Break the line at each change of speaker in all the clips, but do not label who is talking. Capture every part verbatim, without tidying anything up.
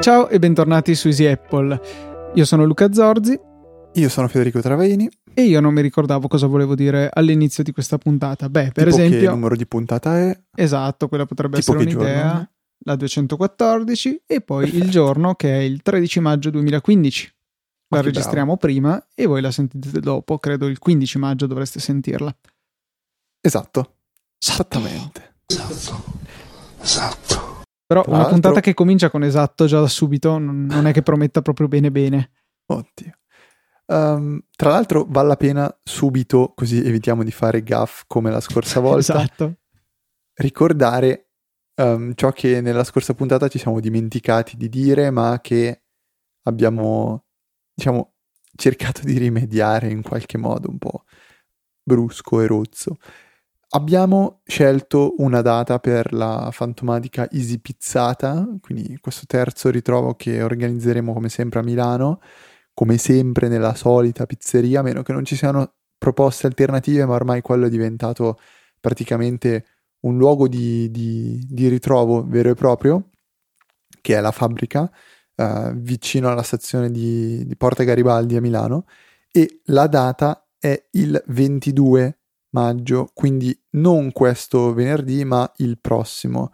Ciao e bentornati su Easy Apple. Io sono Luca Zorzi.
Io sono Federico Travaini.
E io non mi ricordavo cosa volevo dire all'inizio di questa puntata. Beh, per
tipo
esempio...
che numero di puntata è?
Esatto, quella potrebbe
tipo
essere
che
un'idea.
Giorno?
La duecentoquattordici e poi
Perfetto.
il giorno che è il tredici maggio duemilaquindici. La
Ma che
registriamo prima e voi la sentite dopo. Credo il quindici maggio dovreste sentirla.
Esatto.
Esatto.
Esattamente.
Esatto. Esatto.
Però
Tra
una
l'altro-
puntata che comincia con esatto già da subito non non è che prometta proprio bene bene.
Oddio. Um, tra l'altro vale la pena subito, così evitiamo di fare gaff come la scorsa volta,
Esatto.
ricordare um, ciò che nella scorsa puntata ci siamo dimenticati di dire, ma che abbiamo, diciamo, cercato di rimediare in qualche modo un po' brusco e rozzo. Abbiamo scelto una data per la fantomatica Easy Pizzata, quindi questo terzo ritrovo che organizzeremo come sempre a Milano, come sempre nella solita pizzeria, a meno che non ci siano proposte alternative, ma ormai quello è diventato praticamente un luogo di, di- di ritrovo vero e proprio, che è la Fabbrica, eh, vicino alla stazione di, di Porta Garibaldi a Milano, e la data è il ventidue maggio, quindi non questo venerdì, ma il prossimo.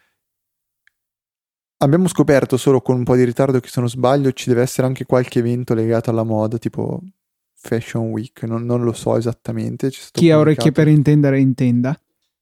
Abbiamo scoperto solo con un po' di ritardo che, se non sbaglio, ci deve essere anche qualche evento legato alla moda, tipo Fashion Week, non, non lo so esattamente. C'è stato
Chi ha orecchie
comunicato.
per intendere intenda.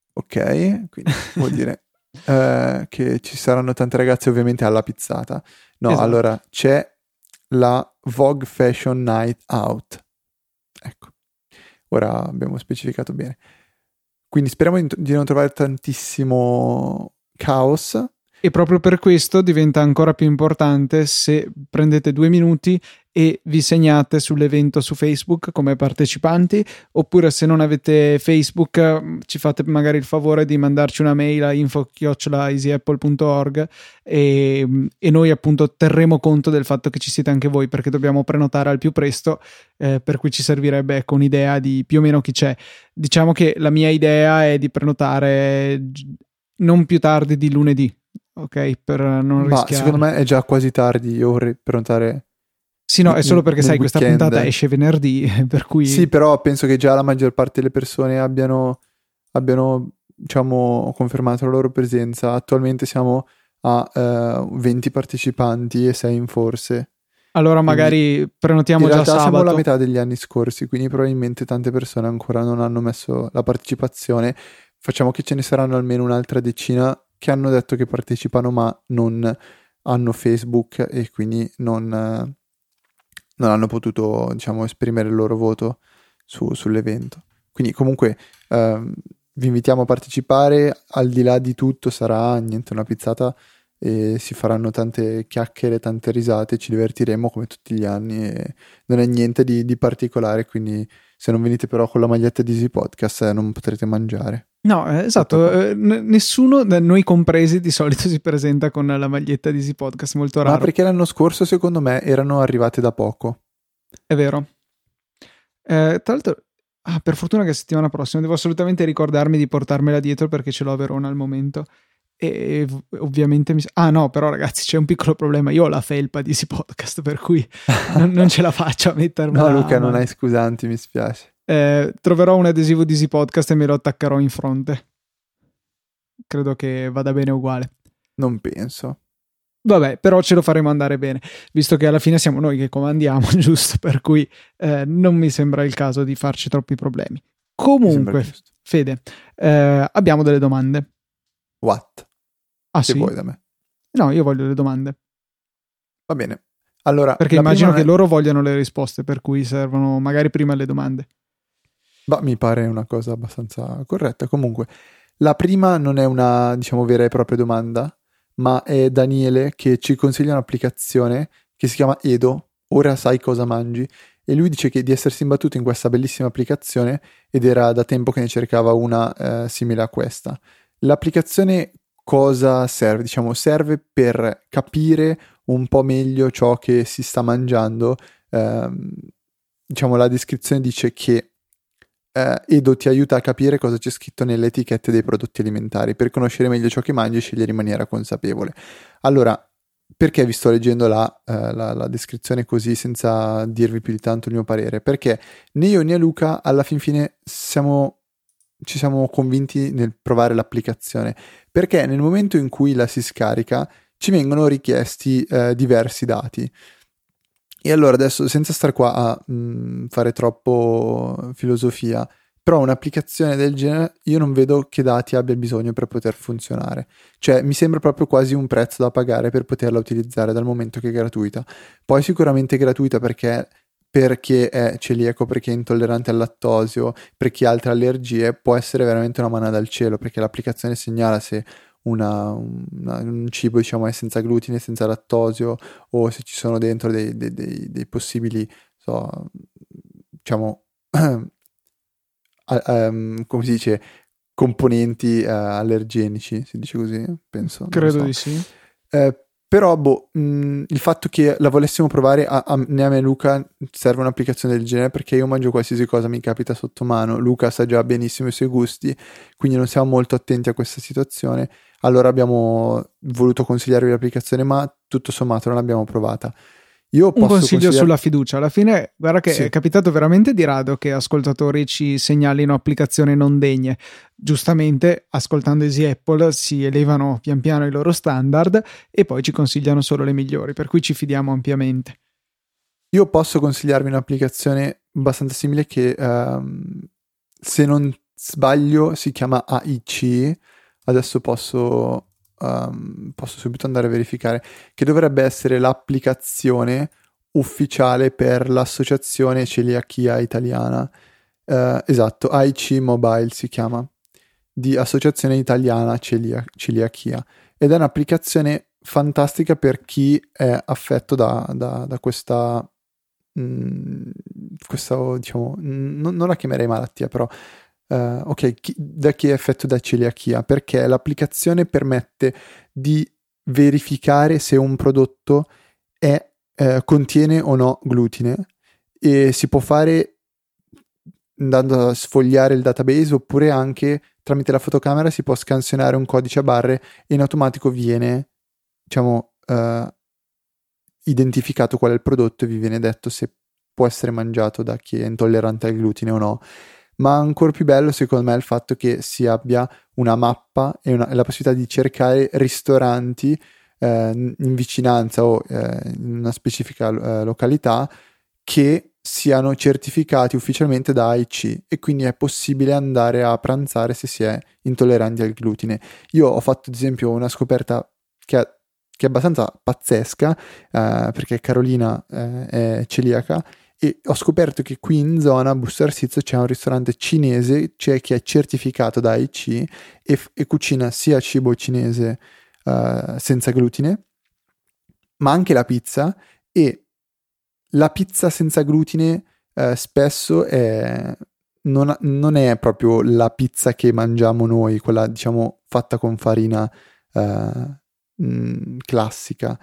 Ok, quindi vuol dire eh, che ci saranno tante ragazze ovviamente alla pizzata. No,
Esatto.
allora c'è la Vogue Fashion Night Out. Ecco, ora abbiamo specificato bene. Quindi speriamo di di non trovare tantissimo caos.
E proprio per questo diventa ancora più importante se prendete due minuti e vi segnate sull'evento su Facebook come partecipanti, oppure se non avete Facebook ci fate magari il favore di mandarci una mail a info chiocciola easyapple punto org e, e noi appunto terremo conto del fatto che ci siete anche voi, perché dobbiamo prenotare al più presto, eh, per cui ci servirebbe ecco un'idea di più o meno chi c'è. Diciamo che la mia idea è di prenotare non più tardi di lunedì. Ok, per non
Ma
rischiare.
secondo me è già quasi tardi, io vorrei prenotare.
Sì, no, è solo
nel-
perché
nel
sai, questa
weekend.
puntata esce venerdì, per cui
Sì, però penso che già la maggior parte delle persone abbiano, abbiano diciamo, confermato la loro presenza. Attualmente siamo a eh, venti partecipanti e sei in forse.
allora
quindi
magari prenotiamo
In
già
realtà siamo alla
sabato.
metà degli anni scorsi, quindi probabilmente tante persone ancora non hanno messo la partecipazione. Facciamo che ce ne saranno almeno un'altra decina che hanno detto che partecipano ma non hanno Facebook e quindi non, eh, non hanno potuto, diciamo, esprimere il loro voto su- sull'evento. Quindi comunque ehm, vi invitiamo a partecipare. Al di là di tutto sarà niente una pizzata e si faranno tante chiacchiere, tante risate, ci divertiremo come tutti gli anni e non è niente di, di particolare, quindi se non venite però con la maglietta di Easy Podcast eh, non potrete mangiare.
No, eh, esatto,
Tutto qua.
eh, n- nessuno, da noi compresi, di solito si presenta con la maglietta di Easy Podcast, molto
Ma
raro.
perché l'anno scorso secondo me erano arrivate da poco.
È vero. Eh, tra l'altro, ah, per fortuna che settimana prossima devo assolutamente ricordarmi di portarmela dietro perché ce l'ho a Verona al momento. E v- ovviamente mi... s- Ah no, però ragazzi c'è un piccolo problema. Io ho la felpa di Easy Podcast, per cui non, non ce la faccio a mettermela.
No Luca,
a
non
mano.
hai scusanti, mi spiace.
Eh, troverò un adesivo di Easy Podcast e me lo attaccherò in fronte. Credo che vada bene uguale.
Non penso.
Vabbè, però ce lo faremo andare bene, visto che alla fine siamo noi che comandiamo, giusto? Per cui eh, non mi sembra il caso di farci troppi problemi.
Mi sembra
Comunque,
giusto.
Fede, eh, abbiamo delle domande.
What?
Ah
Che
sì?
vuoi da me?
No, io voglio le domande.
Va bene. Allora,
Perché
la
immagino
prima
che
non è-
loro vogliano le risposte, per cui servono magari prima le domande.
Bah, mi pare una cosa abbastanza corretta. Comunque, la prima non è una, diciamo, vera e propria domanda, ma è Daniele che ci consiglia un'applicazione che si chiama Edo, ora sai cosa mangi, e lui dice che di essersi imbattuto in questa bellissima applicazione ed era da tempo che ne cercava una eh, simile a questa. L'applicazione cosa serve? Diciamo, serve per capire un po' meglio ciò che si sta mangiando. Ehm, diciamo, la descrizione dice che eh, Edo ti aiuta a capire cosa c'è scritto nelle etichette dei prodotti alimentari per conoscere meglio ciò che mangi e scegliere in maniera consapevole. Allora, perché vi sto leggendo la, uh, la, la descrizione così senza dirvi più di tanto il mio parere? Perché né io né Luca alla fin fine siamo, ci siamo convinti nel provare l'applicazione, perché nel momento in cui la si scarica ci vengono richiesti uh, diversi dati. E allora adesso, senza star qua a mh, fare troppo filosofia, però un'applicazione del genere io non vedo che dati abbia bisogno per poter funzionare. Cioè mi sembra proprio quasi un prezzo da pagare per poterla utilizzare, dal momento che è gratuita. Poi sicuramente è gratuita perché per chi è celiaco, per chi è intollerante al lattosio, per chi ha altre allergie, può essere veramente una manna dal cielo, perché l'applicazione segnala se Una, una, un cibo, diciamo, è senza glutine, senza lattosio, o se ci sono dentro dei, dei, dei, dei possibili, so, diciamo, um, come si dice, componenti uh, allergenici, si dice così, penso.
Credo
so.
di sì.
Eh, però, boh, mh, il fatto che la volessimo provare, a, a, né a me Luca serve un'applicazione del genere, perché io mangio qualsiasi cosa mi capita sotto mano. Luca sa già benissimo i suoi gusti, quindi non siamo molto attenti a questa situazione. Allora abbiamo voluto consigliarvi l'applicazione, ma tutto sommato non l'abbiamo provata. Io
Un
posso
consiglio
consigliar-
sulla fiducia. Alla fine, guarda che
Sì.
è capitato veramente di rado che ascoltatori ci segnalino applicazioni non degne. Giustamente, ascoltando Easy Apple, si elevano pian piano i loro standard e poi ci consigliano solo le migliori, per cui ci fidiamo ampiamente.
Io posso consigliarvi un'applicazione abbastanza simile che, um, se non sbaglio, si chiama A I C. Adesso posso, um, posso subito andare a verificare, che dovrebbe essere l'applicazione ufficiale per l'associazione celiachia italiana. Uh, esatto, A I C Mobile si chiama, di Associazione Italiana Celia- Celiachia, ed è un'applicazione fantastica per chi è affetto da, da, da questa, mh, questa, diciamo, n- non la chiamerei malattia, però Uh, ok, chi, da chi è affetto da celiachia, perché l'applicazione permette di verificare se un prodotto è, eh, contiene o no glutine, e si può fare andando a sfogliare il database, oppure anche tramite la fotocamera si può scansionare un codice a barre e in automatico viene, diciamo, uh, identificato qual è il prodotto e vi viene detto se può essere mangiato da chi è intollerante al glutine o no. Ma ancora più bello secondo me è il fatto che si abbia una mappa e, una, e la possibilità di cercare ristoranti eh, in vicinanza o eh, in una specifica eh, località che siano certificati ufficialmente da A I C, e quindi è possibile andare a pranzare se si è intolleranti al glutine. Io ho fatto ad esempio una scoperta che è, che è abbastanza pazzesca, eh, perché Carolina eh, è celiaca, e ho scoperto che qui in zona a Busto Arsizio c'è un ristorante cinese, cioè che è certificato da A I C e, e cucina sia cibo cinese uh, senza glutine, ma anche la pizza. E la pizza senza glutine uh, spesso è, non, non è proprio la pizza che mangiamo noi, quella diciamo fatta con farina uh, mh, classica.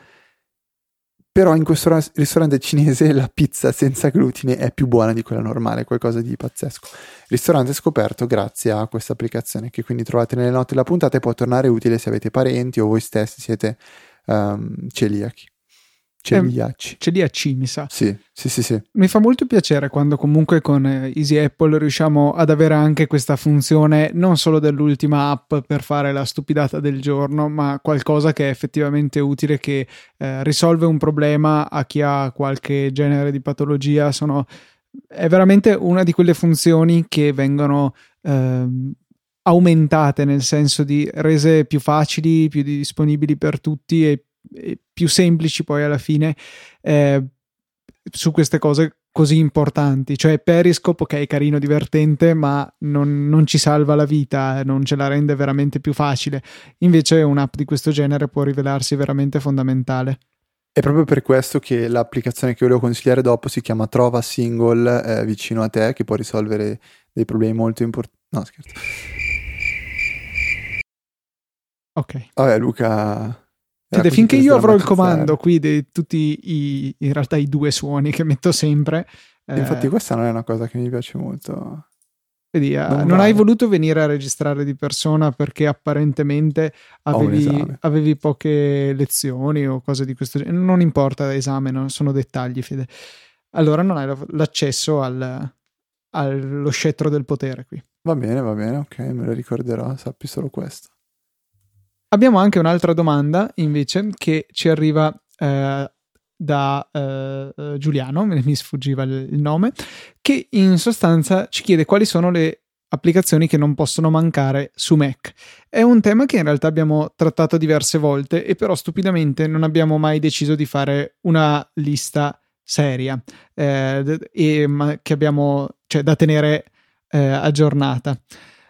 Però in questo ristorante cinese la pizza senza glutine è più buona di quella normale, qualcosa di pazzesco. Ristorante scoperto grazie a questa applicazione, che quindi trovate nelle note della puntata e può tornare utile se avete parenti o voi stessi siete um, celiachi. Celiaci.
Eh, celiaci, mi sa.
Sì, sì, sì, sì.
Mi fa molto piacere quando comunque con Easy Apple riusciamo ad avere anche questa funzione non solo dell'ultima app per fare la stupidata del giorno, ma qualcosa che è effettivamente utile, che eh, risolve un problema a chi ha qualche genere di patologia. Sono, è veramente una di quelle funzioni che vengono eh, aumentate, nel senso di rese più facili, più disponibili per tutti e più semplici poi alla fine eh, su queste cose così importanti. Cioè Periscope, ok, carino, divertente, ma non, non ci salva la vita, non ce la rende veramente più facile. Invece un'app di questo genere può rivelarsi veramente fondamentale.
È proprio per questo che l'applicazione che volevo consigliare dopo si chiama Trova Single, eh, vicino a te, che può risolvere dei problemi molto importanti. No, scherzo.
Ok.
Vabbè, Luca...
Fede, finché io avrò il comando qui di tutti i, in realtà i due suoni che metto sempre.
Infatti
eh,
questa non è una cosa che mi piace molto.
Vedi,
Non
non
vale.
hai voluto venire a registrare di persona perché apparentemente
Ho un
avevi,
esame.
avevi poche lezioni o cose di questo genere. Non importa l'esame, no? Sono dettagli, Fede. Allora non hai la- l'accesso al- allo scettro del potere qui.
Va bene, va bene, ok, me lo ricorderò, sappi solo questo.
Abbiamo anche un'altra domanda invece che ci arriva eh, da eh, eh, Giuliano, me- mi sfuggiva il, il nome, che in sostanza ci chiede quali sono le applicazioni che non possono mancare su Mac. È un tema che in realtà abbiamo trattato diverse volte e però stupidamente non abbiamo mai deciso di fare una lista seria eh, e ma che abbiamo, cioè, da tenere eh, aggiornata.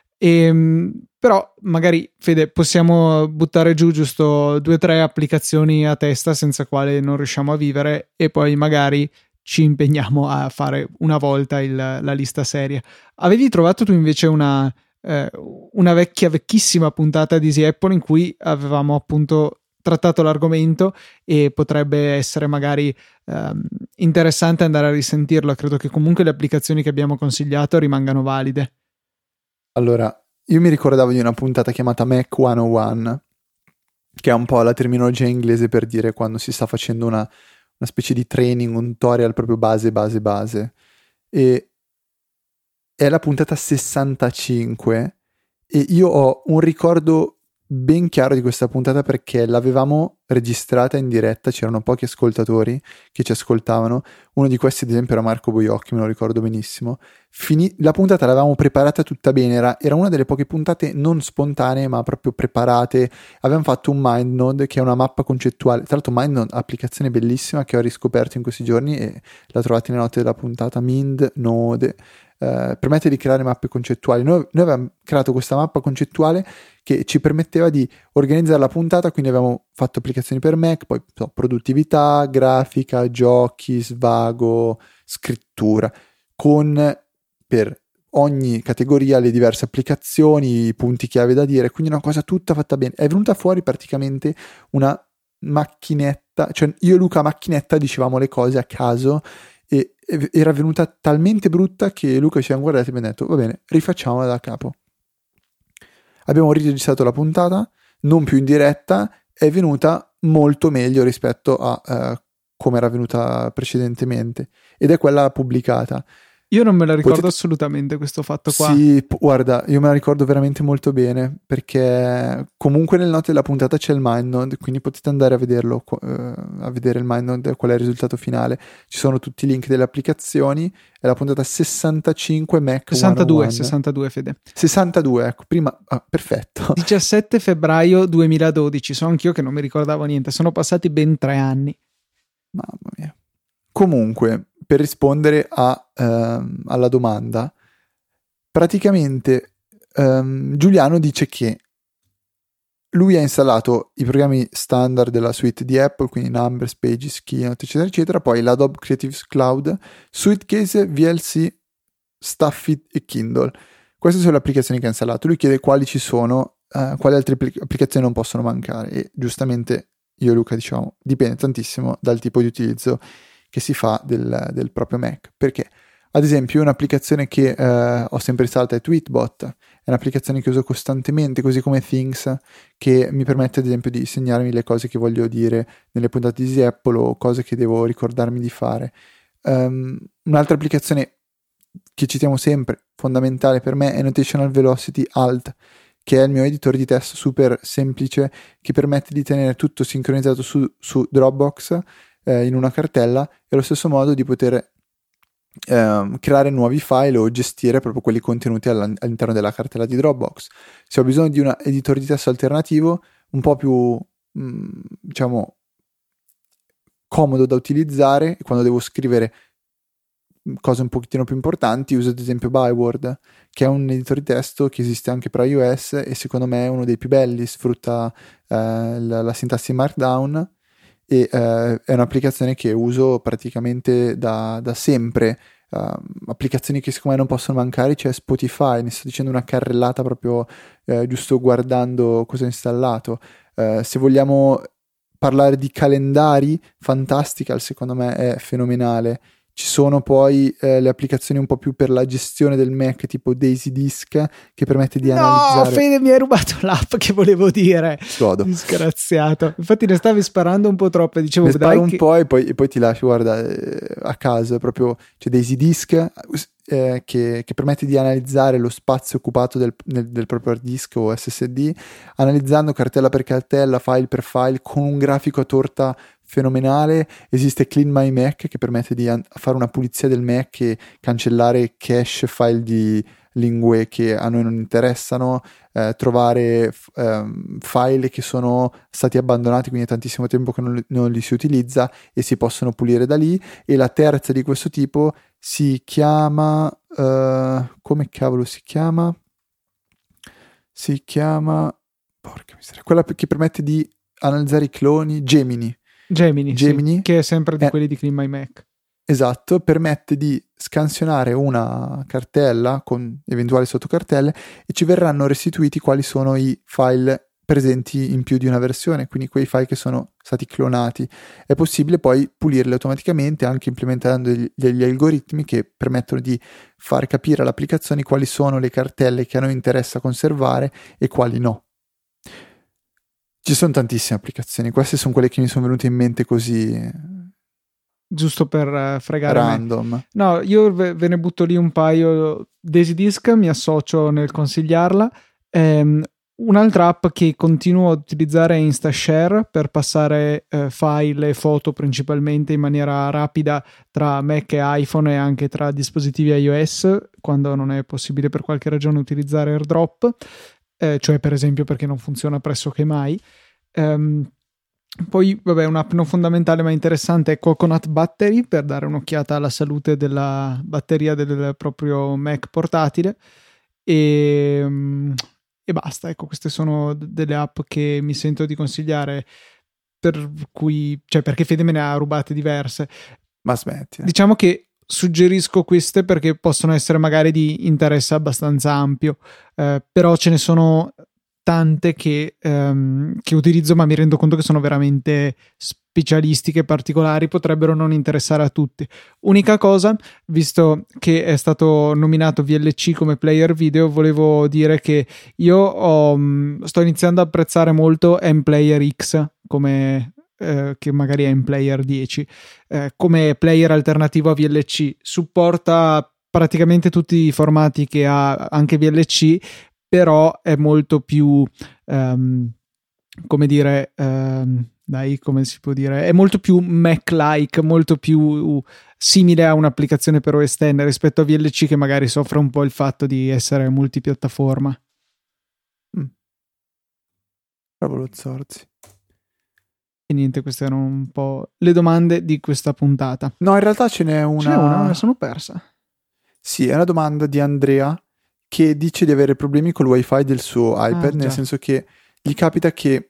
E, però magari, Fede, possiamo buttare giù giusto due o tre applicazioni a testa senza quale non riusciamo a vivere e poi magari ci impegniamo a fare una volta il, la lista seria. Avevi trovato tu invece una, eh, una vecchia, vecchissima puntata di Easy Apple in cui avevamo appunto trattato l'argomento e potrebbe essere magari ehm, interessante andare a risentirlo. Credo che comunque le applicazioni che abbiamo consigliato rimangano valide.
Allora, io mi ricordavo di una puntata chiamata Mac centouno, che è un po' la terminologia inglese per dire quando si sta facendo una, una specie di training, un tutorial proprio base, base, base. E è la puntata sessantacinque e io ho un ricordo ben chiaro di questa puntata perché l'avevamo registrata in diretta, c'erano pochi ascoltatori che ci ascoltavano, uno di questi ad esempio era Marco Boiocchi, me lo ricordo benissimo. Finì, la puntata l'avevamo preparata tutta bene, era, era una delle poche puntate non spontanee ma proprio preparate, avevamo fatto un MindNode che è una mappa concettuale, tra l'altro MindNode applicazione bellissima che ho riscoperto in questi giorni e la trovate nelle note della puntata, MindNode. Uh, permette di creare mappe concettuali. Noi, noi avevamo creato questa mappa concettuale che ci permetteva di organizzare la puntata, quindi avevamo fatto applicazioni per Mac, poi so, produttività, grafica, giochi, svago, scrittura, con per ogni categoria le diverse applicazioni, i punti chiave da dire, quindi una cosa tutta fatta bene. È venuta fuori praticamente una macchinetta, cioè io e Luca macchinetta dicevamo le cose a caso e era venuta talmente brutta che Luca ci ha guardato e abbiamo detto va bene, rifacciamola da capo. Abbiamo riregistrato la puntata, non più in diretta, è venuta molto meglio rispetto a uh, come era venuta precedentemente ed è quella pubblicata.
Io non me la ricordo
Potete...
assolutamente questo fatto qua.
Sì, p- guarda, io me la ricordo veramente molto bene perché comunque nelle note della puntata c'è il MindNode, quindi potete andare a vederlo, uh, a vedere il MindNode, qual è il risultato finale. Ci sono tutti i link delle applicazioni, è la puntata sessantacinque Mac
sessantadue,
centouno.
sessantadue, Fede.
sessantadue, ecco, prima, ah, perfetto.
diciassette febbraio duemiladodici, so anch'io che non mi ricordavo niente, sono passati ben tre anni.
Mamma mia. Comunque, per rispondere a, ehm, alla domanda, praticamente ehm, Giuliano dice che lui ha installato i programmi standard della suite di Apple, quindi Numbers, Pages, Keynote, eccetera, eccetera, poi l'Adobe Creative Cloud, Suitcase, V L C, Stuffit e Kindle. Queste sono le applicazioni che ha installato. Lui chiede quali ci sono, eh, quali altre applicazioni non possono mancare e giustamente io e Luca diciamo dipende tantissimo dal tipo di utilizzo che si fa del, del proprio Mac, perché ad esempio un'applicazione che eh, ho sempre installata è Tweetbot, è un'applicazione che uso costantemente, così come Things, che mi permette ad esempio di segnarmi le cose che voglio dire nelle puntate di Apple o cose che devo ricordarmi di fare. Um, un'altra applicazione che citiamo sempre, fondamentale per me, è Notational Velocity Alt, che è il mio editor di testo super semplice che permette di tenere tutto sincronizzato su, su Dropbox eh, in una cartella e allo stesso modo di poter eh, creare nuovi file o gestire proprio quelli contenuti all'interno della cartella di Dropbox. Se ho bisogno di un editor di testo alternativo un po' più mh, diciamo comodo da utilizzare, quando devo scrivere cose un pochettino più importanti uso ad esempio Byword, che è un editor di testo che esiste anche per iOS e secondo me è uno dei più belli, sfrutta eh, la, la sintassi Markdown e eh, è un'applicazione che uso praticamente da, da sempre. Uh, applicazioni che secondo me non possono mancare, c'è Spotify, ne sto dicendo una carrellata proprio eh, giusto guardando cosa ho installato. Uh, se vogliamo parlare di calendari, Fantastical secondo me è fenomenale. Ci sono poi eh, le applicazioni un po' più per la gestione del Mac, tipo Daisy Disk, che permette di
no,
analizzare...
No, Fede, mi hai rubato l'app che volevo dire.
Godo.
Disgraziato. Infatti ne stavi sparando un po' troppo e dicevo...
Ne sparo
dai
un
che...
po' e poi, e poi ti lascio, guarda, eh, a caso, è proprio... C'è Daisy Disk eh, che, che permette di analizzare lo spazio occupato del, nel, del proprio hard disk o S S D, analizzando cartella per cartella, file per file, con un grafico a torta fenomenale. Esiste Clean My Mac che permette di an- fare una pulizia del Mac e cancellare cache, file di lingue che a noi non interessano, eh, trovare f- ehm, file che sono stati abbandonati, quindi è tantissimo tempo che non li, non li si utilizza e si possono pulire da lì. E la terza di questo tipo si chiama uh, come cavolo si chiama? Si chiama porca miseria, quella che permette di analizzare i cloni, Gemini.
Gemini,
Gemini
sì, che è sempre di
eh,
quelli di Clean My Mac.
Esatto, permette di scansionare una cartella con eventuali sottocartelle e ci verranno restituiti quali sono i file presenti in più di una versione, quindi quei file che sono stati clonati. È possibile poi pulirli automaticamente anche implementando degli, degli algoritmi che permettono di far capire all'applicazione quali sono le cartelle che a noi interessa conservare e quali no. Ci sono tantissime applicazioni, queste sono quelle che mi sono venute in mente così
giusto per uh, fregare
random.
me. No, io ve, ve ne butto lì un paio. Daisy Disk, mi associo nel consigliarla. Ehm, un'altra app che continuo ad utilizzare è InstaShare per passare eh, file e foto principalmente in maniera rapida tra Mac e iPhone e anche tra dispositivi iOS quando non è possibile per qualche ragione utilizzare AirDrop. Eh, cioè per esempio perché non funziona pressoché mai. Um, poi vabbè, un'app non fondamentale ma interessante è Coconut Battery per dare un'occhiata alla salute della batteria del proprio Mac portatile e, um, e basta, ecco, queste sono d- delle app che mi sento di consigliare, per cui, cioè perché Fede me ne ha rubate diverse,
ma smetti, eh.
Diciamo che suggerisco queste perché possono essere magari di interesse abbastanza ampio, eh, però ce ne sono tante che, um, che utilizzo ma mi rendo conto che sono veramente specialistiche, particolari, potrebbero non interessare a tutti. Unica cosa, visto che è stato nominato V L C come player video, volevo dire che io ho, sto iniziando ad apprezzare molto M-Player X come... Eh, che magari è MPlayer dieci, eh, come player alternativo a V L C. Supporta praticamente tutti i formati che ha anche V L C, però è molto più um, come dire um, dai, come si può dire, è molto più Mac-like, molto più simile a un'applicazione per O S X rispetto a V L C che magari soffre un po' il fatto di essere multipiattaforma.
mm. Bravo lo Zorzi.
E niente, queste erano un po' le domande di questa puntata.
No, in realtà ce n'è una...
Ce n'è una, me la sono persa.
Sì, è una domanda di Andrea che dice di avere problemi col wifi del suo iPad, ah, nel senso che gli capita che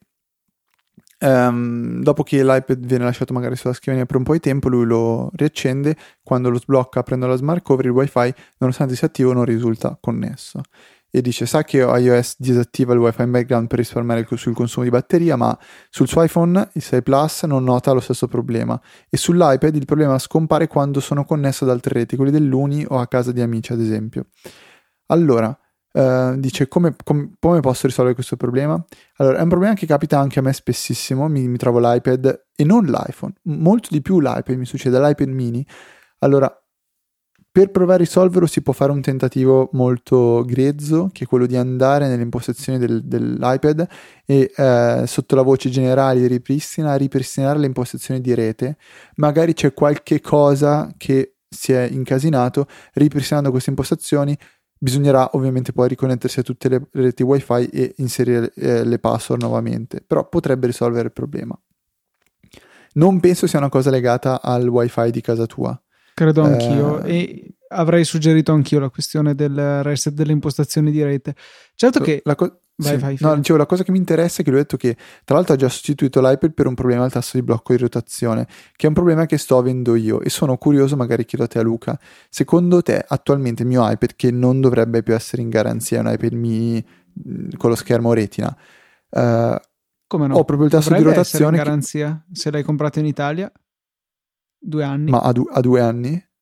um, dopo che l'iPad viene lasciato magari sulla scrivania per un po' di tempo, lui lo riaccende, quando lo sblocca aprendo la smart cover, il wifi, nonostante sia attivo, non risulta connesso. E dice, sa che iOS disattiva il wifi in background per risparmiare sul consumo di batteria, ma sul suo iPhone, il sei Plus, non nota lo stesso problema. E sull'iPad il problema scompare quando sono connesso ad altre reti, quelli dell'Uni o a casa di amici, ad esempio. Allora, eh, dice, come, com- come posso risolvere questo problema? Allora, è un problema che capita anche a me spessissimo, mi, mi trovo l'iPad e non l'iPhone, molto di più l'iPad, mi succede l'iPad mini. Allora, per provare a risolverlo si può fare un tentativo molto grezzo, che è quello di andare nelle impostazioni del, dell'iPad e eh, sotto la voce generali ripristina, ripristinare le impostazioni di rete. Magari c'è qualche cosa che si è incasinato, ripristinando queste impostazioni bisognerà ovviamente poi riconnettersi a tutte le reti wifi e inserire eh, le password nuovamente, però potrebbe risolvere il problema. Non penso sia una cosa legata al wifi di casa tua.
Credo anch'io,
eh,
e avrei suggerito anch'io la questione del reset delle impostazioni di rete. Certo che
la co-
vai,
sì.
vai,
no, dicevo, la cosa che mi interessa è che lui ha detto che tra l'altro ha già sostituito l'iPad per un problema al tasto di blocco di rotazione, che è un problema che sto avendo io, e sono curioso, magari chiedo a te, a Luca, secondo te attualmente il mio iPad, che non dovrebbe più essere in garanzia, è un iPad mini mh, con lo schermo retina, uh,
come no?
ho proprio il tasto
dovrebbe
di rotazione
essere in garanzia che... se l'hai comprato in Italia due anni.
Ma a, du- a due anni?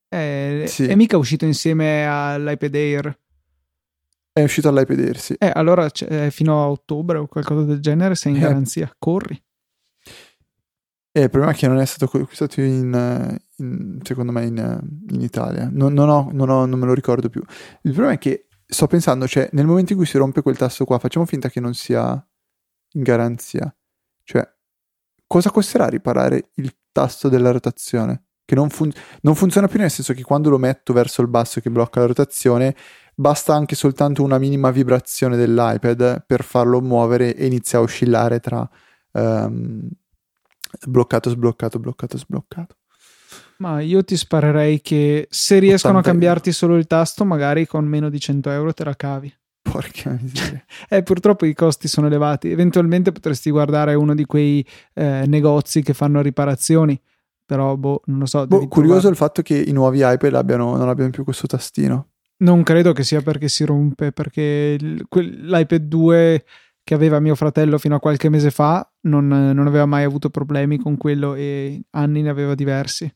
È,
Sì.
è mica uscito insieme all'iPad Air.
È uscito all'iPad Air, sì.
Eh, allora c'è, fino a ottobre o qualcosa del genere sei in
Eh.
garanzia, corri.
E il problema è che non è stato acquistato in, in secondo me in, in Italia. Non, non, ho, non, ho, non me lo ricordo più. Il problema è che sto pensando, cioè nel momento in cui si rompe quel tasto qua, facciamo finta che non sia in garanzia. Cioè, cosa costerà riparare il tasto della rotazione? Che non, fun- non funziona più, nel senso che quando lo metto verso il basso che blocca la rotazione, basta anche soltanto una minima vibrazione dell'iPad per farlo muovere e inizia a oscillare tra um, bloccato, sbloccato, bloccato, sbloccato.
Ma io ti sparerei che se riescono a
ottanta
cambiarti
euro.
solo il tasto, magari con meno di cento euro te la cavi.
Porca miseria.
Eh, purtroppo i costi sono elevati. Eventualmente potresti guardare uno di quei eh, negozi che fanno riparazioni, però boh, non lo so.
Boh,
devi
curioso
trovare-
il fatto che i nuovi iPad abbiano, non abbiano più questo tastino.
Non credo che sia perché si rompe, perché il- quel- l'iPad due che aveva mio fratello fino a qualche mese fa non, non aveva mai avuto problemi con quello e anni ne aveva diversi.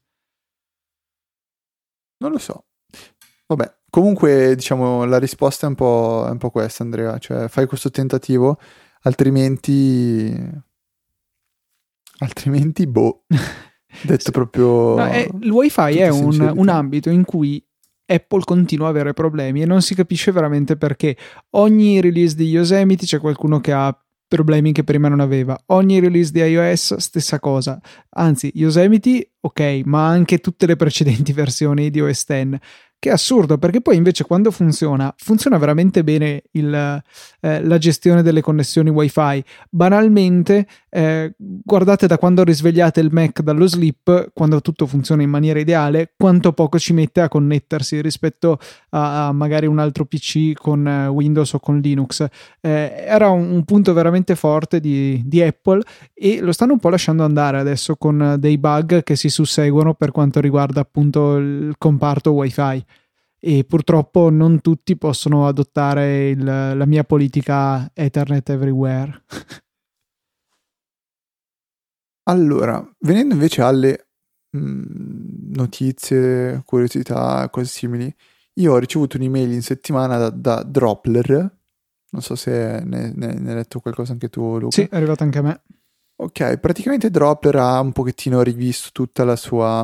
Non lo so. Vabbè, comunque diciamo la risposta è un po', è un po' questa, Andrea. Cioè fai questo tentativo, altrimenti... Altrimenti, boh. Detto
Sì.
proprio...
No, è- il wifi
tutta
è un,
sincerità.
un ambito in cui Apple continua a avere problemi e non si capisce veramente perché. Ogni release di Yosemite c'è qualcuno che ha problemi che prima non aveva. Ogni release di iOS stessa cosa. Anzi, Yosemite ok, ma anche tutte le precedenti versioni di O S X. Che è assurdo, perché poi invece quando funziona, funziona veramente bene il, eh, la gestione delle connessioni wifi. Banalmente, eh, guardate da quando risvegliate il Mac dallo sleep, quando tutto funziona in maniera ideale, quanto poco ci mette a connettersi rispetto a, a magari un altro P C con eh, Windows o con Linux. Eh, era un, un punto veramente forte di, di Apple e lo stanno un po' lasciando andare adesso con dei bug che si susseguono per quanto riguarda appunto il comparto wifi. E purtroppo non tutti possono adottare il, la mia politica Ethernet everywhere.
Allora, venendo invece alle mh, notizie, curiosità, cose simili, io ho ricevuto un'email in settimana da, da Droppler, non so se ne, ne, ne hai letto qualcosa anche tu, Luca.
Sì, è arrivato anche a me.
Ok, praticamente Droppler ha un pochettino rivisto tutta la sua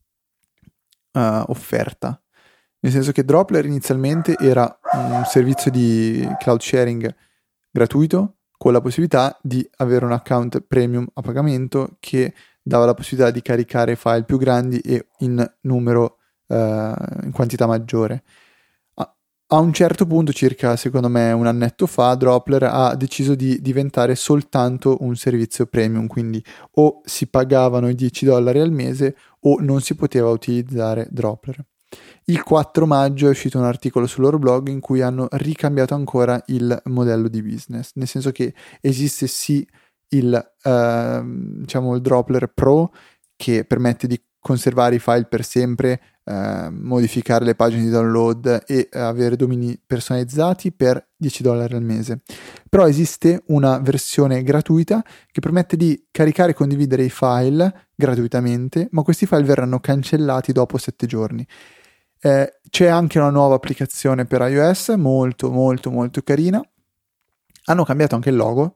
uh, offerta, nel senso che Droppler inizialmente era un servizio di cloud sharing gratuito con la possibilità di avere un account premium a pagamento che dava la possibilità di caricare file più grandi e in numero, uh, in quantità maggiore. A, a un certo punto, circa secondo me un annetto fa, Droppler ha deciso di diventare soltanto un servizio premium, quindi o si pagavano i dieci dollari al mese o non si poteva utilizzare Droppler. Il quattro maggio è uscito un articolo sul loro blog in cui hanno ricambiato ancora il modello di business, nel senso che esiste sì il, eh, diciamo il Droppler Pro che permette di conservare i file per sempre, eh, modificare le pagine di download e eh, avere domini personalizzati per dieci dollari al mese. Però esiste una versione gratuita che permette di caricare e condividere i file gratuitamente, ma questi file verranno cancellati dopo sette giorni. Eh, c'è anche una nuova applicazione per iOS molto molto molto carina. Hanno cambiato anche il logo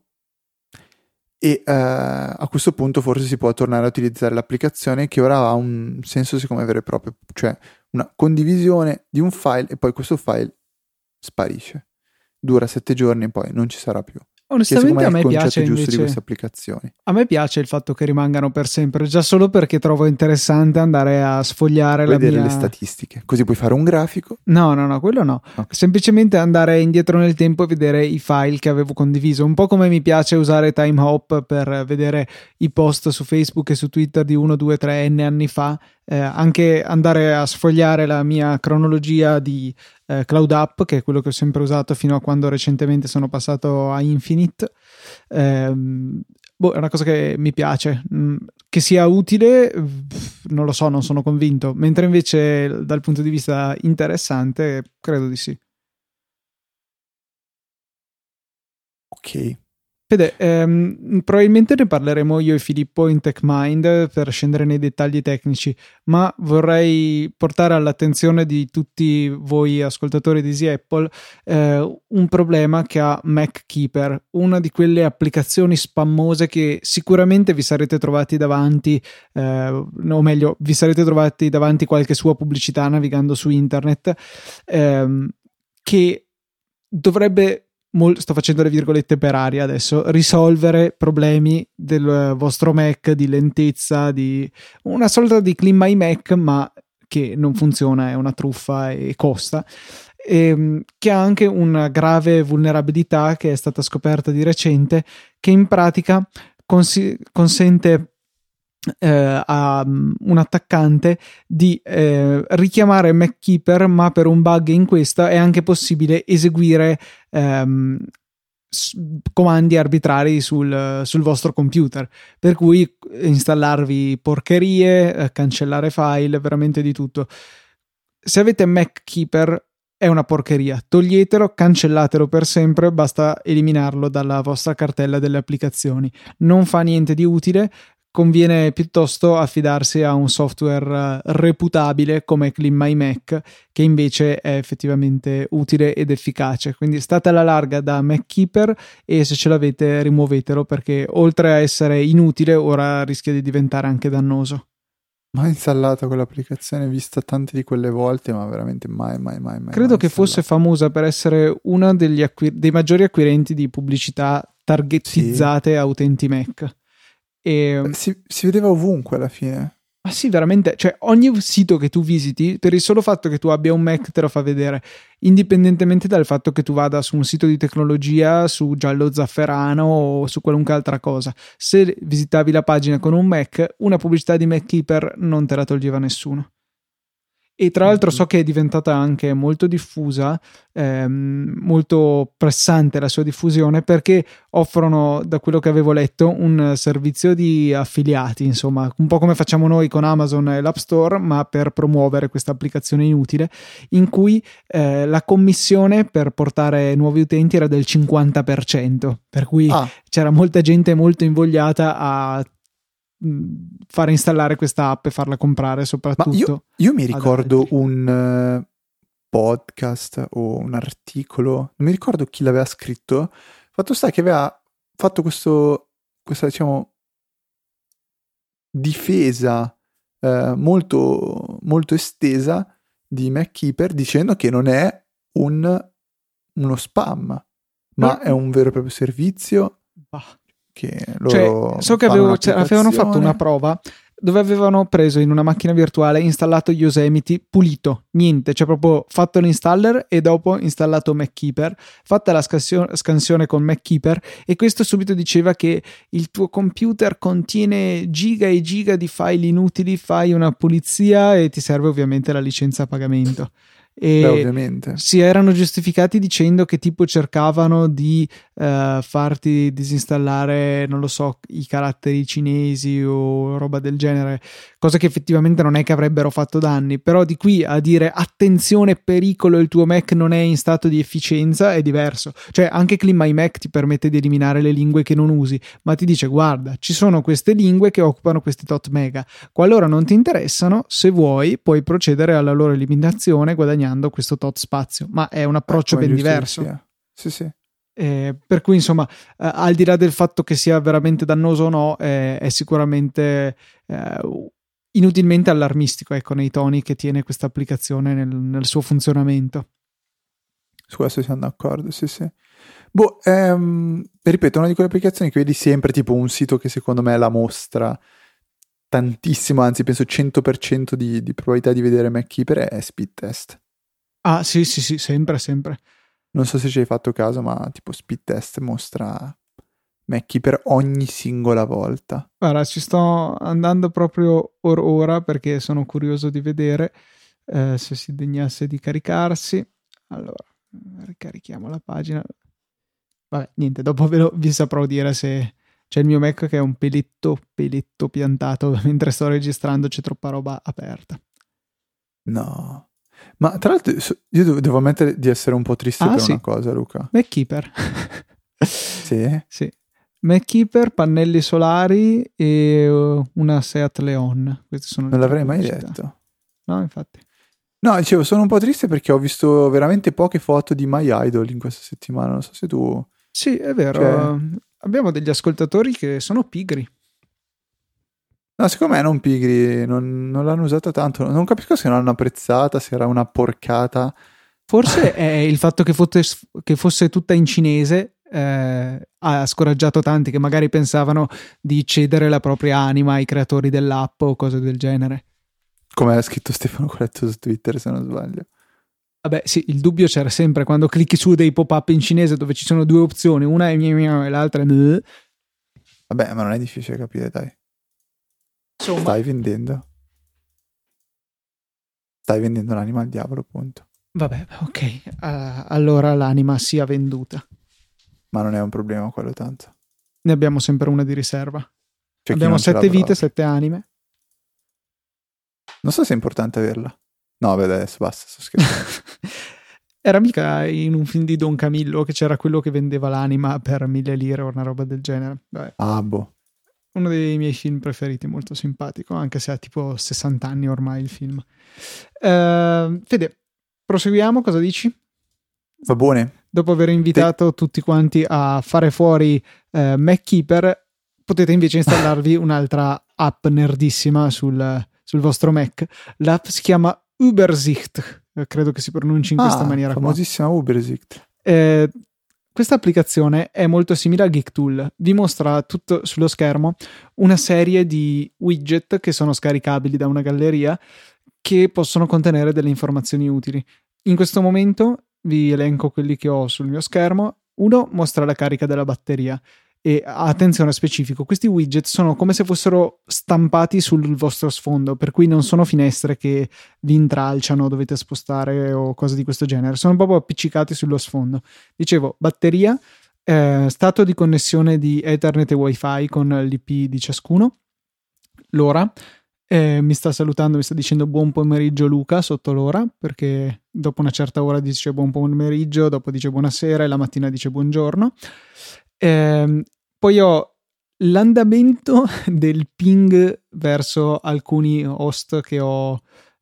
e eh, a questo punto forse si può tornare a utilizzare l'applicazione, che ora ha un senso secondo me vero e proprio, cioè una condivisione di un file e poi questo file sparisce, dura sette giorni e poi non ci sarà più.
Onestamente a me
è il concetto
piace
giusto
invece,
di queste applicazioni.
A me piace il fatto che rimangano per sempre, già solo perché trovo interessante andare a sfogliare
Puoi
la
vedere
mia...
le statistiche, così puoi fare un grafico.
No, no, no, quello no.
Okay.
Semplicemente andare indietro nel tempo e vedere i file che avevo condiviso. Un po' come mi piace usare Time Hop per vedere i post su Facebook e su Twitter di uno, due, tre n anni fa. Eh, anche andare a sfogliare la mia cronologia di eh, Cloud App, che è quello che ho sempre usato fino a quando recentemente sono passato a Infinite. Eh, boh, è una cosa che mi piace. Mm, che sia utile, non lo so, non sono convinto. Mentre invece dal punto di vista interessante, credo di sì.
Ok.
Fede, ehm, probabilmente ne parleremo io e Filippo in TechMind per scendere nei dettagli tecnici, ma vorrei portare all'attenzione di tutti voi ascoltatori di Easy Apple eh, un problema che ha MacKeeper, una di quelle applicazioni spammose che sicuramente vi sarete trovati davanti, eh, o meglio, vi sarete trovati davanti qualche sua pubblicità navigando su internet, ehm, che dovrebbe... sto facendo le virgolette per aria adesso, risolvere problemi del vostro Mac di lentezza, di una sorta di Clean My Mac, ma che non funziona, è una truffa e costa, e che ha anche una grave vulnerabilità che è stata scoperta di recente, che in pratica cons- consente Eh, a um, un attaccante di eh, richiamare MacKeeper, ma per un bug in questa è anche possibile eseguire ehm, s- comandi arbitrari sul, sul vostro computer, per cui installarvi porcherie, eh, cancellare file, veramente di tutto. Se avete MacKeeper è una porcheria, toglietelo, cancellatelo per sempre, basta eliminarlo dalla vostra cartella delle applicazioni, non fa niente di utile. Conviene piuttosto affidarsi a un software reputabile come Clean My Mac, che invece è effettivamente utile ed efficace. Quindi state alla larga da MacKeeper e se ce l'avete rimuovetelo, perché oltre a essere inutile ora rischia di diventare anche dannoso.
Mai installata quell'applicazione, vista tante di quelle volte, ma veramente mai, mai, mai, mai.
Credo
mai
che
installata.
fosse famosa per essere una degli acqu- dei maggiori acquirenti di pubblicità targetizzate sì. a utenti Mac. E...
Si, si vedeva ovunque alla fine.
Ma sì, veramente, cioè ogni sito che tu visiti, per il solo fatto che tu abbia un Mac te lo fa vedere, indipendentemente dal fatto che tu vada su un sito di tecnologia, su Giallo Zafferano o su qualunque altra cosa. Se visitavi la pagina con un Mac, una pubblicità di MacKeeper non te la toglieva nessuno. E tra l'altro so che è diventata anche molto diffusa, ehm, molto pressante la sua diffusione, perché offrono, da quello che avevo letto, un servizio di affiliati, insomma, un po' come facciamo noi con Amazon e l'App Store, ma per promuovere questa applicazione inutile, in cui eh, la commissione per portare nuovi utenti era del cinquanta per cento, per cui ah. c'era molta gente molto invogliata a fare installare questa app e farla comprare, soprattutto.
Ma io, io mi ricordo un uh, podcast o un articolo, non mi ricordo chi l'aveva scritto. Fatto sta che aveva fatto questo questa diciamo difesa uh, molto molto estesa di MacKeeper, dicendo che non è un uno spam, ma no. è un vero e proprio servizio. Bah. Che loro
cioè, so che avevo, cioè, avevano fatto una prova dove avevano preso in una macchina virtuale, installato Yosemite pulito, niente, cioè proprio fatto l'installer e dopo installato MacKeeper, fatta la scansio- scansione con MacKeeper, e questo subito diceva che il tuo computer contiene giga e giga di file inutili, fai una pulizia e ti serve ovviamente la licenza a pagamento. E
Beh, ovviamente.
si erano giustificati dicendo che tipo cercavano di uh, farti disinstallare, non lo so, i caratteri cinesi o roba del genere, cosa che effettivamente non è che avrebbero fatto danni, però di qui a dire attenzione, pericolo, il tuo Mac non è in stato di efficienza è diverso. Cioè anche Clean My Mac ti permette di eliminare le lingue che non usi, ma ti dice guarda, ci sono queste lingue che occupano questi tot mega, qualora non ti interessano, se vuoi puoi procedere alla loro eliminazione guadagnando questo tot spazio, ma è un approccio ah, ben diverso.
Sì, sì.
Eh, per cui insomma, eh, al di là del fatto che sia veramente dannoso o no, eh, è sicuramente eh, inutilmente allarmistico, ecco, nei toni che tiene questa applicazione nel, nel suo funzionamento.
Su questo siamo d'accordo, sì, sì. Boh, ehm, ripeto, una di quelle applicazioni che vedi sempre, tipo un sito che secondo me la mostra tantissimo, anzi penso cento per cento di, di probabilità di vedere MacKeeper è Speedtest.
Ah sì sì sì, sempre sempre.
Non so se ci hai fatto caso, ma tipo Speedtest mostra MacKeeper ogni singola volta.
Guarda, ci sto andando proprio or ora perché sono curioso di vedere eh, se si degnasse di caricarsi. Allora, ricarichiamo la pagina. Vabbè, niente, dopo ve lo, vi saprò dire se c'è il mio Mac che è un peletto, peletto piantato. Mentre sto registrando c'è troppa roba aperta.
No. Ma tra l'altro io devo ammettere di essere un po' triste ah, per sì. una cosa, Luca.
MacKeeper.
Sì?
Sì. MacKeeper, pannelli solari e uh, una Seat Leon. Questi sono
non l'avrei mai detto.
No, infatti.
No, dicevo, sono un po' triste perché ho visto veramente poche foto di My Idol in questa settimana. Non so se tu...
Sì, è vero. Cioè... Abbiamo degli ascoltatori che sono pigri.
No, secondo me non pigri, non, non l'hanno usata tanto. Non capisco se non l'hanno apprezzata, se era una porcata.
Forse è il fatto che fosse, che fosse tutta in cinese eh, ha scoraggiato tanti che magari pensavano di cedere la propria anima ai creatori dell'app o cose del genere.
Come ha scritto Stefano Coletto su Twitter, se non sbaglio.
Vabbè, sì, il dubbio c'era sempre quando clicchi su dei pop-up in cinese dove ci sono due opzioni, una è mia mia e l'altra è...
Vabbè, ma non è difficile capire, dai.
Insomma.
Stai vendendo. Stai vendendo l'anima al diavolo, punto.
Vabbè, ok. Uh, allora l'anima sia venduta.
Ma non è un problema quello tanto.
Ne abbiamo sempre una di riserva.
C'è
abbiamo sette vite, sette anime.
Non so se è importante averla. No, vabbè, adesso basta, sto scherzando.
Era mica in un film di Don Camillo che c'era quello che vendeva l'anima per mille lire o una roba del genere. Vabbè.
Ah, boh.
Uno dei miei film preferiti, molto simpatico, anche se ha tipo sessanta anni ormai il film. Uh, Fede, proseguiamo, cosa dici?
Va buone.
Dopo aver invitato Te... tutti quanti a fare fuori uh, MacKeeper, potete invece installarvi un'altra app nerdissima sul, sul vostro Mac. L'app si chiama Übersicht, credo che si pronunci in questa
ah,
maniera
famosissima qua. Übersicht.
Eh, questa applicazione è molto simile a Geektool, vi mostra tutto sullo schermo una serie di widget che sono scaricabili da una galleria che possono contenere delle informazioni utili. In questo momento vi elenco quelli che ho sul mio schermo. Uno mostra la carica della batteria e attenzione specifico, questi widget sono come se fossero stampati sul vostro sfondo, per cui non sono finestre che vi intralciano, dovete spostare o cose di questo genere, sono proprio appiccicati sullo sfondo. Dicevo, batteria, eh, stato di connessione di Ethernet e Wi-Fi con l'I P di ciascuno, l'ora, eh, mi sta salutando, mi sta dicendo buon pomeriggio Luca sotto l'ora, perché dopo una certa ora dice buon pomeriggio, dopo dice buonasera e la mattina dice buongiorno. Eh, poi ho l'andamento del ping verso alcuni host che ho,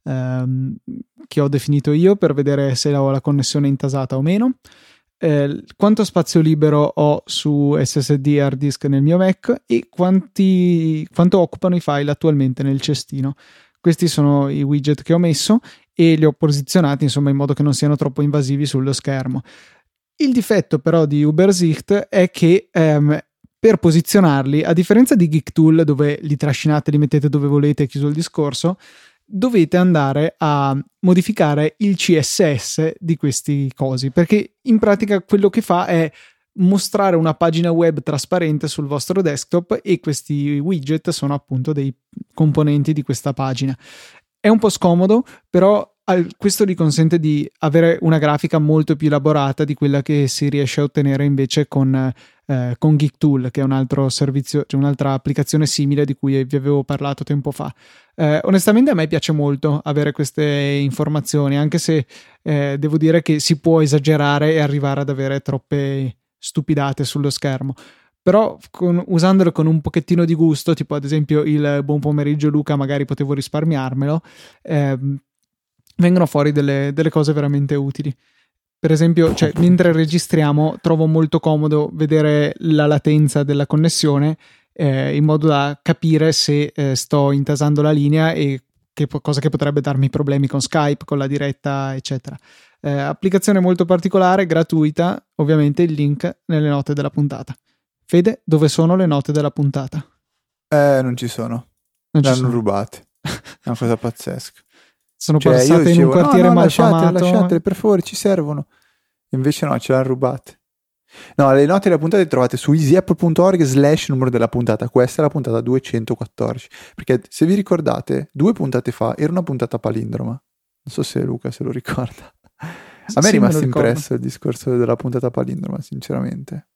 ehm, che ho definito io per vedere se ho la connessione intasata o meno, eh, quanto spazio libero ho su S S D hard disk nel mio Mac e quanti, quanto occupano i file attualmente nel cestino. Questi sono i widget che ho messo e li ho posizionati insomma in modo che non siano troppo invasivi sullo schermo. Il difetto però di Übersicht è che ehm, per posizionarli, a differenza di Geektool dove li trascinate, li mettete dove volete, chiuso il discorso, dovete andare a modificare il C S S di questi cosi, perché in pratica quello che fa è mostrare una pagina web trasparente sul vostro desktop e questi widget sono appunto dei componenti di questa pagina. È un po' scomodo, però questo vi consente di avere una grafica molto più elaborata di quella che si riesce a ottenere invece con, eh, con Geektool, che è un altro servizio, cioè un'altra applicazione simile di cui vi avevo parlato tempo fa. Eh, onestamente a me piace molto avere queste informazioni, anche se eh, devo dire che si può esagerare e arrivare ad avere troppe stupidate sullo schermo. Però con, usandolo con un pochettino di gusto, tipo ad esempio il buon pomeriggio Luca, magari potevo risparmiarmelo, eh, vengono fuori delle, delle cose veramente utili. Per esempio, cioè, mentre registriamo trovo molto comodo vedere la latenza della connessione eh, in modo da capire se eh, sto intasando la linea e che, cosa che potrebbe darmi problemi con Skype, con la diretta, eccetera. Eh, applicazione molto particolare, gratuita, ovviamente il link nelle note della puntata. Fede, dove sono le note della puntata?
Eh, non ci sono.
Non
le
ci
hanno
sono.
rubate. È una cosa pazzesca.
Sono
cioè,
passate
dicevo,
in un quartiere
no, no,
malfamato.
Lasciatele, lasciatele, per favore, ci servono. Invece no, ce l'hanno rubate. No, le note della puntata le trovate su easyapple.org slash numero della puntata. Questa è la puntata duecentoquattordici. Perché se vi ricordate, due puntate fa era una puntata palindroma. Non so se Luca se lo ricorda. A me
sì,
è rimasto
me
impresso il discorso della puntata palindroma, sinceramente.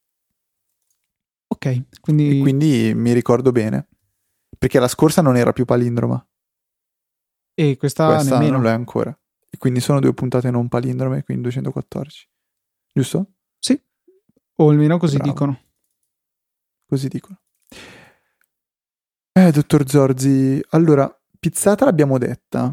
Ok, quindi...
E quindi mi ricordo bene. Perché la scorsa non era più palindroma.
E questa,
questa
nemmeno.
non lo è ancora. E quindi sono due puntate non palindrome, quindi duecentoquattordici. Giusto?
Sì, o almeno così
Bravo.
dicono.
così dicono. Eh, dottor Zorzi, allora, pizzata l'abbiamo detta,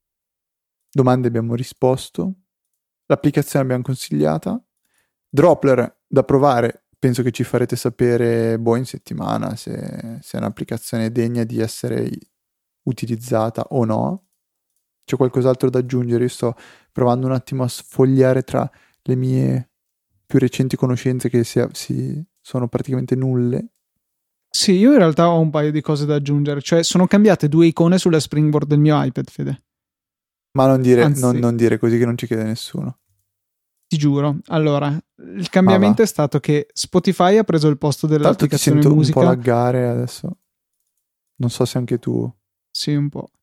domande abbiamo risposto, l'applicazione l'abbiamo consigliata, Droplr da provare, penso che ci farete sapere boh in settimana se, se è un'applicazione degna di essere utilizzata o no. C'è qualcos'altro da aggiungere? Io sto provando un attimo a sfogliare tra le mie più recenti conoscenze che si, si sono praticamente nulle.
Sì, io in realtà ho un paio di cose da aggiungere, cioè sono cambiate due icone sulla springboard del mio iPad, Fede.
Ma non dire,
Anzi,
non, non dire così che non ci crede nessuno.
Ti giuro. Allora, il cambiamento è stato che Spotify ha preso il posto dell'applicazione
musica.
musica.
Un po' laggare adesso. Non so se anche tu.
Sì, un po'.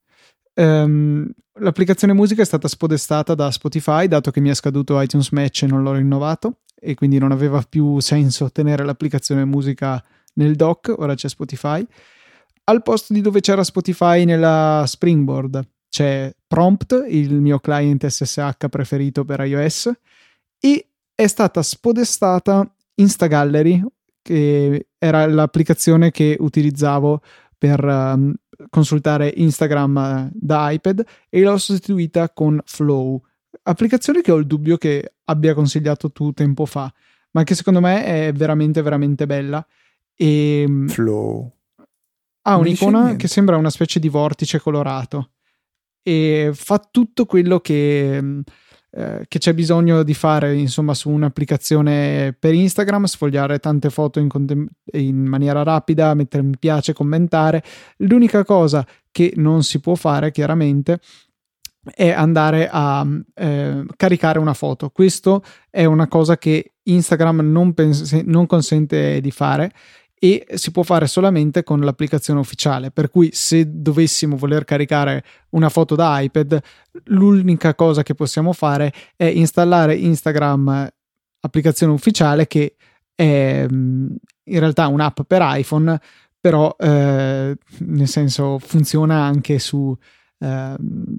Um, l'applicazione musica è stata spodestata da Spotify, dato che mi è scaduto iTunes Match e non l'ho rinnovato, e quindi non aveva più senso tenere l'applicazione musica nel dock. Ora c'è Spotify. Al posto di dove c'era Spotify nella springboard c'è Prompt, il mio client S S H preferito per iOS, e è stata spodestata Instagallery, che era l'applicazione che utilizzavo per um, consultare Instagram da iPad, e l'ho sostituita con Flow, applicazione che ho il dubbio che abbia consigliato tu tempo fa, ma che secondo me è veramente veramente bella. E
Flow
ha un'icona che sembra una specie di vortice colorato e fa tutto quello che Eh, che c'è bisogno di fare, insomma, su un'applicazione per Instagram: sfogliare tante foto in, contem- in maniera rapida, mettere mi piace, commentare. L'unica cosa che non si può fare chiaramente è andare a eh, caricare una foto. Questo è una cosa che Instagram non, pens- non consente di fare, e si può fare solamente con l'applicazione ufficiale, per cui se dovessimo voler caricare una foto da iPad, l'unica cosa che possiamo fare è installare Instagram applicazione ufficiale, che è in realtà un'app per iPhone, però eh, nel senso funziona anche su, eh,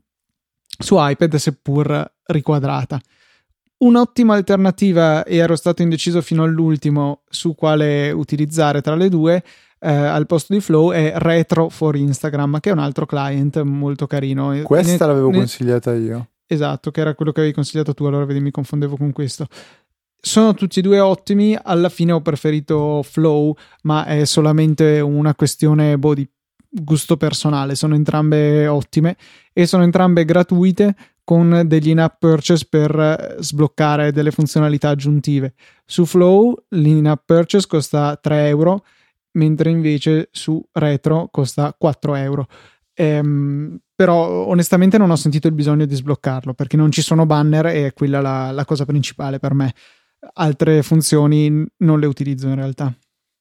su iPad, seppur riquadrata. Un'ottima alternativa, e ero stato indeciso fino all'ultimo su quale utilizzare tra le due, eh, al posto di Flow, è Retro for Instagram, che è un altro client molto carino.
Questa
ne,
l'avevo
ne...
consigliata io.
Esatto, che era quello che avevi consigliato tu, allora vedi, mi confondevo con questo. Sono tutti e due ottimi. Alla fine ho preferito Flow, ma è solamente una questione boh, di gusto personale. Sono entrambe ottime e sono entrambe gratuite, con degli in-app purchase per sbloccare delle funzionalità aggiuntive. Su Flow l'in-app purchase costa tre euro, mentre invece su Retro costa quattro euro. Ehm, però onestamente non ho sentito il bisogno di sbloccarlo, perché non ci sono banner e è quella la, la cosa principale per me. Altre funzioni non le utilizzo in realtà.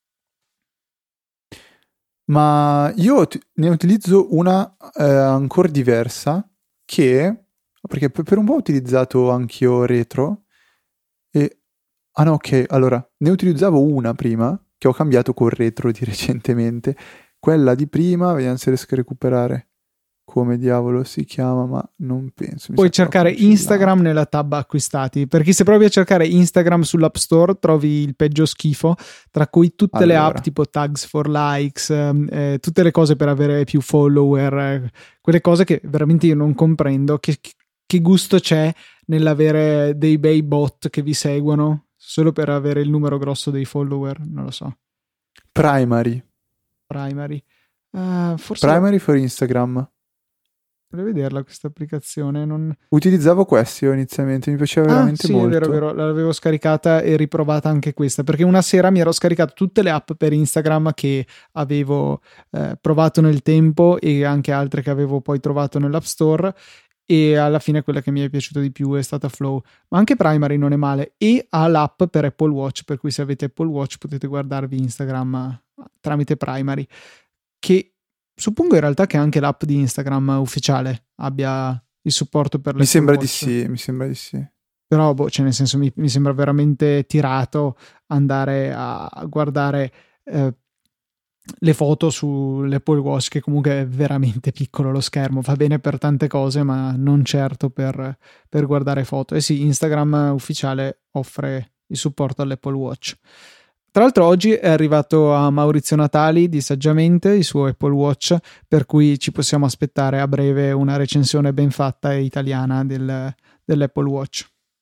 Ma io ne utilizzo una eh, ancora diversa, che perché per un po' ho utilizzato anch'io Retro e ah no ok allora ne utilizzavo una prima che ho cambiato con Retro di recentemente. Quella di prima, vediamo se riesco a recuperare come diavolo si chiama, ma non penso.
Puoi cercare Instagram nella tab acquistati. Per chi se provi a cercare Instagram sull'App Store trovi il peggio schifo, tra cui tutte allora. le app tipo tags for likes, eh, tutte le cose per avere più follower, eh, quelle cose che veramente io non comprendo. Che, che gusto c'è nell'avere dei bei bot che vi seguono solo per avere il numero grosso dei follower? Non lo so.
Primary.
Primary. Uh, forse
Primary for Instagram.
Vorrei vederla questa applicazione. Non...
Utilizzavo questi io inizialmente, mi piaceva
ah,
veramente
sì,
molto.
È vero, è vero, l'avevo scaricata e riprovata anche questa, perché una sera mi ero scaricato tutte le app per Instagram che avevo eh, provato nel tempo e anche altre che avevo poi trovato nell'App Store, e alla fine quella che mi è piaciuta di più è stata Flow. Ma anche Primary non è male, e ha l'app per Apple Watch, per cui se avete Apple Watch potete guardarvi Instagram tramite Primary, che suppongo in realtà che anche l'app di Instagram ufficiale abbia il supporto per le
mi sembra
Watch.
di sì, mi sembra di sì.
Però boh, cioè nel senso mi, mi sembra veramente tirato andare a guardare eh, le foto sull'Apple Watch, che comunque è veramente piccolo lo schermo, va bene per tante cose ma non certo per, per guardare foto. E sì, Instagram ufficiale offre il supporto all'Apple Watch. Tra l'altro oggi è arrivato a Maurizio Natali di Saggiamente il suo Apple Watch, per cui ci possiamo aspettare a breve una recensione ben fatta e italiana del, dell'Apple Watch.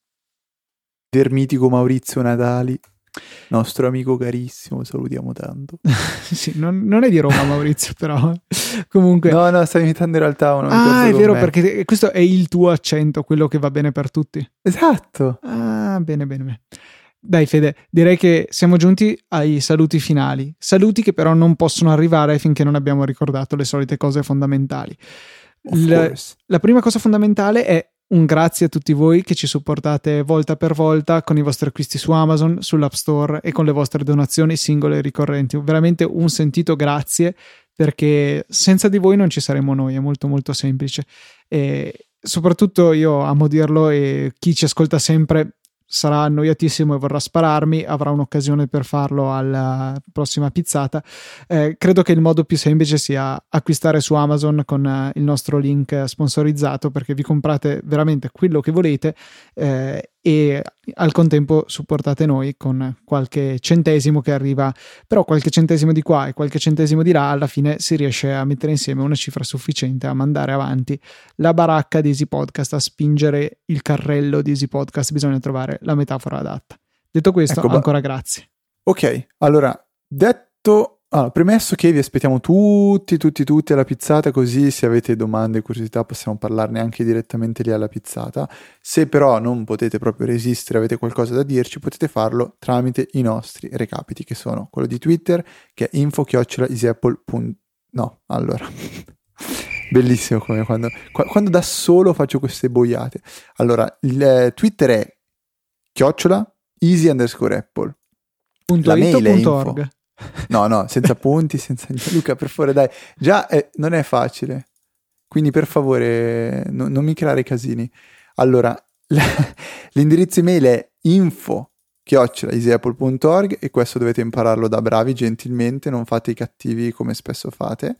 Del mitico Maurizio Natali, nostro amico carissimo, salutiamo tanto.
Sì, non, non è di Roma Maurizio, però comunque...
No, no, stai imitando in realtà un
Ah, è vero,
me.
perché questo è il tuo accento, quello che va bene per tutti.
Esatto.
Ah, bene, bene, bene. Dai Fede, direi che siamo giunti ai saluti finali. Saluti che però non possono arrivare finché non abbiamo ricordato le solite cose fondamentali. La, la prima cosa fondamentale è un grazie a tutti voi che ci supportate volta per volta con i vostri acquisti su Amazon, sull'App Store e con le vostre donazioni singole e ricorrenti. Veramente un sentito grazie, perché senza di voi non ci saremmo noi, è molto molto semplice. E soprattutto io amo dirlo, e chi ci ascolta sempre sarà annoiatissimo e vorrà spararmi, avrà un'occasione per farlo alla prossima pizzata. Eh, credo che il modo più semplice sia acquistare su Amazon con eh, il nostro link sponsorizzato, perché vi comprate veramente quello che volete eh, e al contempo supportate noi con qualche centesimo che arriva, però qualche centesimo di qua e qualche centesimo di là, alla fine si riesce a mettere insieme una cifra sufficiente a mandare avanti la baracca di Easy Podcast, a spingere il carrello di Easy Podcast. Bisogna trovare la metafora adatta. Detto questo, ecco, ancora grazie.
Ok, allora, detto... Allora, premesso che vi aspettiamo tutti, tutti, tutti alla pizzata, così se avete domande e curiosità possiamo parlarne anche direttamente lì alla pizzata. Se però non potete proprio resistere, avete qualcosa da dirci, potete farlo tramite i nostri recapiti, che sono quello di Twitter, che è info chiocciola easyapple. No, allora... Bellissimo come quando, quando da solo faccio queste boiate. Allora, il eh, Twitter è chiocciola easy underscore apple.
Punto
La mail è info.
Org.
No, no, senza punti, senza niente. Luca, per favore, dai. Già è, non è facile. Quindi, per favore, no, non mi creare casini. Allora, l'indirizzo email è info chiocciola easyapple punto org, e questo dovete impararlo da bravi, gentilmente, non fate i cattivi come spesso fate.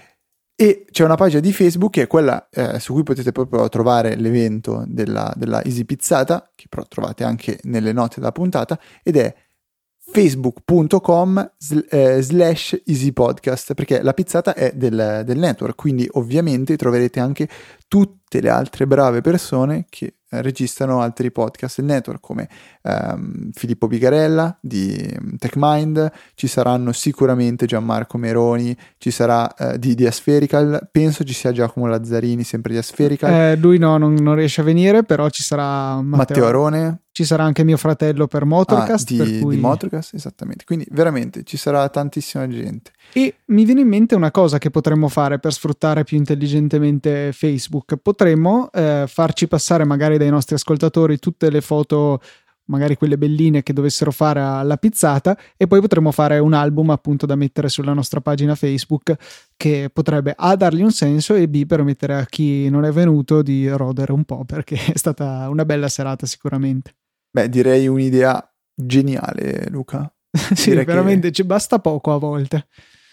E c'è una pagina di Facebook che è quella eh, su cui potete proprio trovare l'evento della, della Easy Pizzata, che però trovate anche nelle note della puntata, ed è facebook punto com slash easy podcast, perché la pizzata è del, del network, quindi ovviamente troverete anche tutte le altre brave persone che eh, registrano altri podcast del network, come ehm, Filippo Bigarella di TechMind, ci saranno sicuramente Gianmarco Meroni, ci sarà eh, di, di Aspherical, penso ci sia Giacomo Lazzarini sempre di Aspherical.
Eh, lui no, non, non riesce a venire, però ci sarà Matteo,
Matteo Arone.
Ci sarà anche mio fratello per Motorcast.
Ah, di,
per cui...
di Motorcast, esattamente. Quindi veramente ci sarà tantissima gente.
E mi viene in mente una cosa che potremmo fare per sfruttare più intelligentemente Facebook. Potremmo eh, farci passare magari dai nostri ascoltatori tutte le foto, magari quelle belline che dovessero fare alla pizzata, e poi potremmo fare un album appunto da mettere sulla nostra pagina Facebook, che potrebbe A dargli un senso e B permettere a chi non è venuto di rodere un po', perché è stata una bella serata sicuramente.
Beh, direi un'idea geniale, Luca.
Sì, direi veramente che... ci basta poco a volte.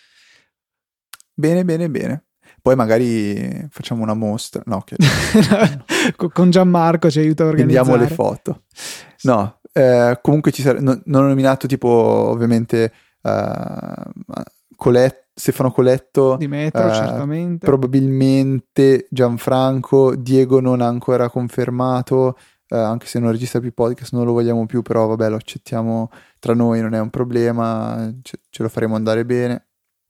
Bene, bene, bene. Poi magari facciamo una mostra. No, che...
con Gianmarco ci aiuta a organizzare.
Vendiamo le foto. No, eh, comunque ci sarà... No, non ho nominato tipo, ovviamente, uh, Coletto, Stefano Coletto.
Di Metro,
uh,
certamente.
Probabilmente Gianfranco. Diego non ha ancora confermato. Uh, anche se non registra più podcast, non lo vogliamo più, però vabbè, lo accettiamo tra noi, non è un problema, ce, ce lo faremo andare bene.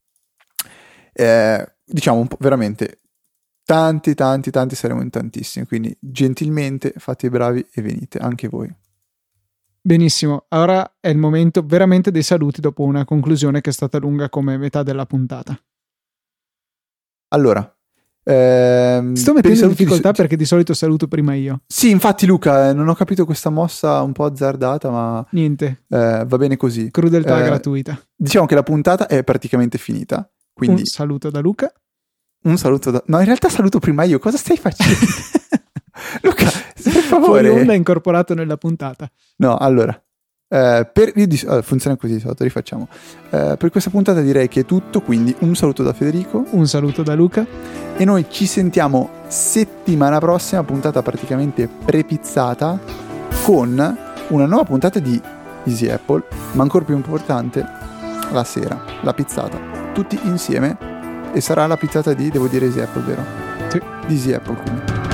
Eh, diciamo un po', veramente tanti tanti tanti, saremo in tantissimi, quindi gentilmente fate i bravi e venite anche voi.
Benissimo, ora è il momento veramente dei saluti, dopo una conclusione che è stata lunga come metà della puntata.
Allora ehm,
sto mettendo in difficoltà
di...
perché di solito saluto prima io.
Sì, infatti Luca, eh, non ho capito questa mossa un po' azzardata, ma
niente,
eh, va bene così,
crudeltà
eh,
gratuita.
Diciamo che la puntata è praticamente finita. Quindi,
un saluto da Luca. Un
saluto da... No, in realtà saluto prima io. Cosa stai facendo? Luca, per favore.
Fuori onda incorporato nella puntata.
No, allora. Eh, per... Io dis... allora, funziona così, saluto, rifacciamo. Eh, per questa puntata direi che è tutto. Quindi un saluto da Federico.
Un saluto da Luca.
E noi ci sentiamo settimana prossima, puntata praticamente prepizzata, con una nuova puntata di Easy Apple. ma ancora più importante, la sera, la pizzata, tutti insieme, e sarà la pizzata di, devo dire, Easy Apple, vero?
Sì.
Di Easy Apple, quindi.